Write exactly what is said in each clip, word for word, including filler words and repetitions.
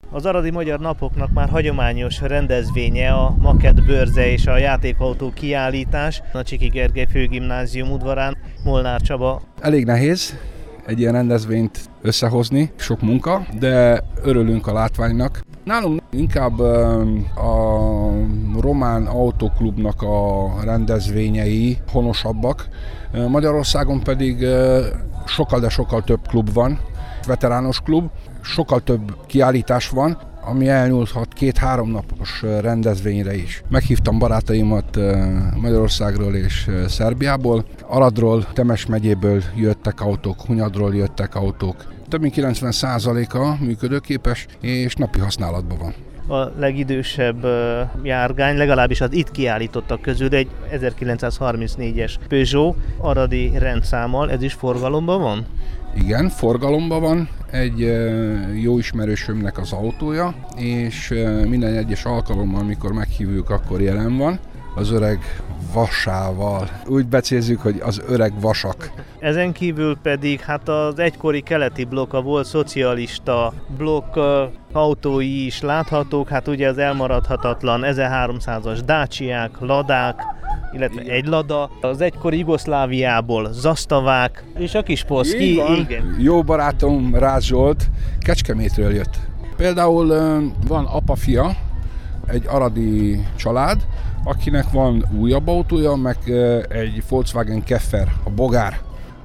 Az Aradi Magyar Napoknak már hagyományos rendezvénye a Makett Bőrze és a játékautó kiállítás a Csiki Gergely Főgimnázium udvarán. Molnár Csaba. Elég nehéz egy ilyen rendezvényt összehozni, sok munka, de örülünk a látványnak. Nálunk inkább a Román Autóklubnak a rendezvényei honosabbak, Magyarországon pedig sokkal, de sokkal több klub van, veterános klub, sokkal több kiállítás van, ami elnyúlhat két-három napos rendezvényre is. Meghívtam barátaimat Magyarországról és Szerbiából, Aradról, Temes megyéből jöttek autók, Hunyadról jöttek autók. Több mint kilencven százaléka működőképes és napi használatban van. A legidősebb járgány, legalábbis az itt kiállítottak közül egy ezerkilencszázharmincnégyes Peugeot aradi rendszámmal, ez is forgalomban van? Igen, forgalomban van, egy jó ismerősömnek az autója, és minden egyes alkalommal, amikor meghívjuk, akkor jelen van, az öreg vasával. Úgy becézzük, hogy az öreg vasak. Ezen kívül pedig hát az egykori keleti blokk, a volt szocialista blokk autói is láthatók, hát ugye az elmaradhatatlan ezerháromszázas Daciák, Ladák, illetve egy Lada, az egykori Jugoszláviából Zastavák, és a kis Polszki. Igen. Jó barátom Rácz Zsolt Kecskemétről jött. Például van apa-fia, egy aradi család, akinek van újabb autója, meg egy Volkswagen Keffer, a bogár.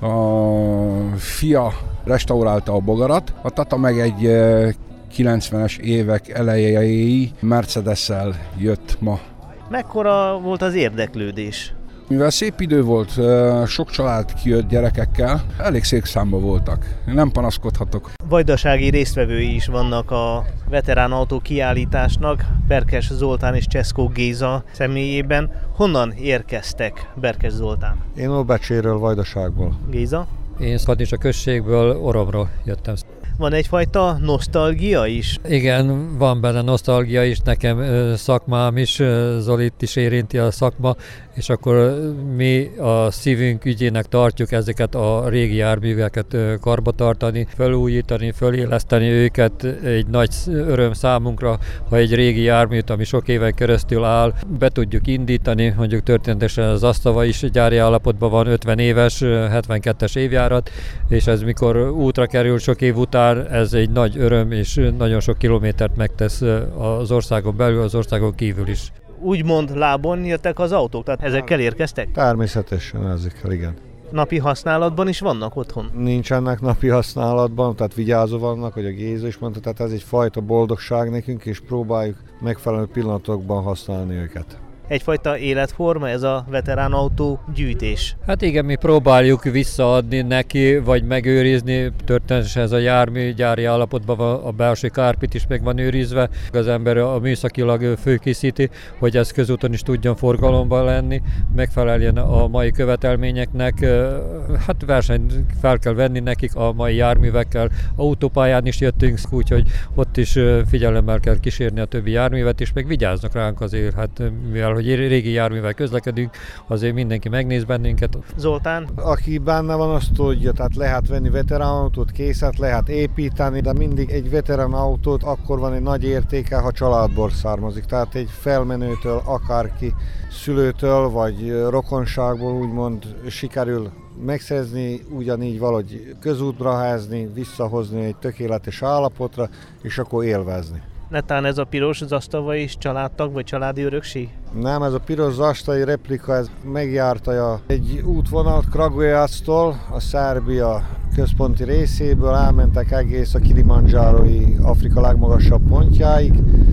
A fia restaurálta a bogarat, a tata meg egy kilencvenes évek elejéi Mercedes-szel jött ma. Mekkora volt az érdeklődés? Mivel szép idő volt, sok család kijött gyerekekkel, elég szép számba voltak. Nem panaszkodhatok. Vajdasági résztvevői is vannak a veterán autó kiállításnak, Berkes Zoltán és Cseszkó Géza személyében. Honnan érkeztek, Berkes Zoltán? Én Óbecséről, Vajdaságból. Géza? Én Szkadnicsa községből, Oromról jöttem. Van egyfajta nosztalgia is? Igen, van benne nosztalgia is, nekem szakmám is, Zolit is érinti a szakma, és akkor mi a szívünk ügyének tartjuk ezeket a régi járműveket karba tartani, felújítani, föléleszteni őket. Egy nagy öröm számunkra, ha egy régi járműt, ami sok éven keresztül áll, be tudjuk indítani, mondjuk történetesen az Asztava is gyári állapotban van, ötven éves, hetvenkettes évjárat, és ez mikor útra kerül sok év után, ez egy nagy öröm, és nagyon sok kilométert megtesz az országon belül, az országon kívül is. Úgymond lábon jöttek az autók, tehát ezekkel érkeztek? Természetesen ezekkel, igen. Napi használatban is vannak otthon? Nincsenek napi használatban, tehát vigyázó vannak, hogy a Géza is mondta, tehát ez egy fajta boldogság nekünk, és próbáljuk megfelelő pillanatokban használni őket. Egyfajta életforma ez a veterán autó gyűjtés. Hát igen, mi próbáljuk visszaadni neki, vagy megőrizni. Történetesen ez a jármű gyári állapotban van, a belső kárpit is meg van őrizve. Az ember a műszakilag fölkészíti, hogy ez közúton is tudjon forgalomban lenni, megfeleljen a mai követelményeknek. Hát versenyt fel kell venni nekik a mai járművekkel. Autópályán is jöttünk, úgyhogy ott is figyelemmel kell kísérni a többi járművet, és meg vigyáznak ránk azért, hát mivel hogy régi járművel közlekedünk, azért mindenki megnéz bennünket. Zoltán? Aki benne van, azt tudja, tehát lehet venni veterán autót, készet lehet építeni, de mindig egy veterán autót akkor van egy nagy értéke, ha családból származik. Tehát egy felmenőtől, akárki szülőtől, vagy rokonságból úgymond sikerül megszerzni, ugyanígy valahogy közútra helyezni, visszahozni egy tökéletes állapotra, és akkor élvezni. Netán ez a piros Zastava is családtag vagy családi örökség? Nem, ez a piros Zastavai replika, ez megjárta egy útvonalt Kragujevactól, a Szerbia központi részéből, elmentek egész a Kilimandzsárói Afrika legmagasabb pontjáig,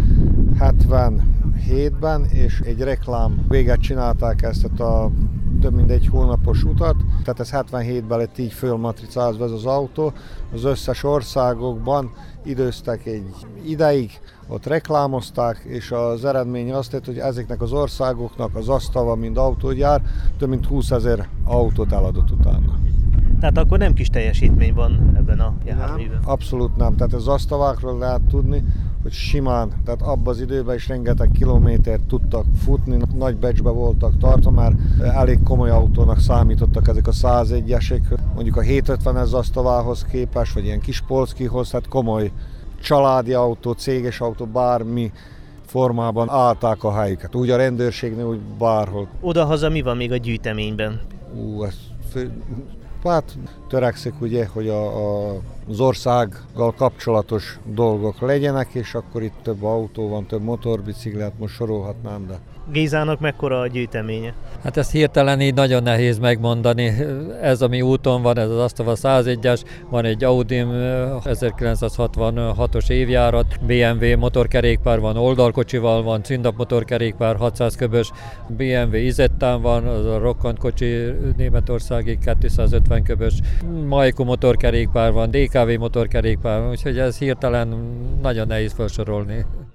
hetvenhétben, és egy reklám véget csinálták ezt a több mint egy hónapos utat, tehát ez hetvenhétben lett így fölmatricázva ez az autó, az összes országokban időztek egy ideig, ott reklámozták, és az eredmény azt tett, hogy ezeknek az országoknak az Asztava, mint autógyár, több mint húszezer autót eladott utána. Tehát akkor nem kis teljesítmény van ebben a járműben? Abszolút nem. Tehát az Asztavákról lehet tudni, hogy simán, tehát abban az időben is rengeteg kilométert tudtak futni, nagy becsbe voltak tartva, már elég komoly autónak számítottak ezek a százegyesek, mondjuk a hétszázötvenes Asztavához képest, vagy ilyen kis Polszkihoz, hát komoly családi autó, céges autó, bármi formában állták a helyüket. Úgy a rendőrségnél, úgy bárhol. Odahaza mi van még a gyűjteményben? Ú, ez fő, hát törekszik ugye, hogy a, a, az országgal kapcsolatos dolgok legyenek, és akkor itt több autó van, több motorbicikli, hát most sorolhatnám, de... Gézának mekkora a gyűjteménye? Hát ezt hirtelen így nagyon nehéz megmondani. Ez, ami úton van, ez az Astava százegyes, van egy Audi ezerkilencszázhatvanhatos évjárat, bé em vé motorkerékpár van, oldalkocsival van, Cindap motorkerékpár hatszáz köbös, bé em vé Izettán van, az a rokkant kocsi németországi kétszázötven köbös, Majku motorkerékpár van, dé ká vé motorkerékpár van, úgyhogy ez hirtelen nagyon nehéz felsorolni.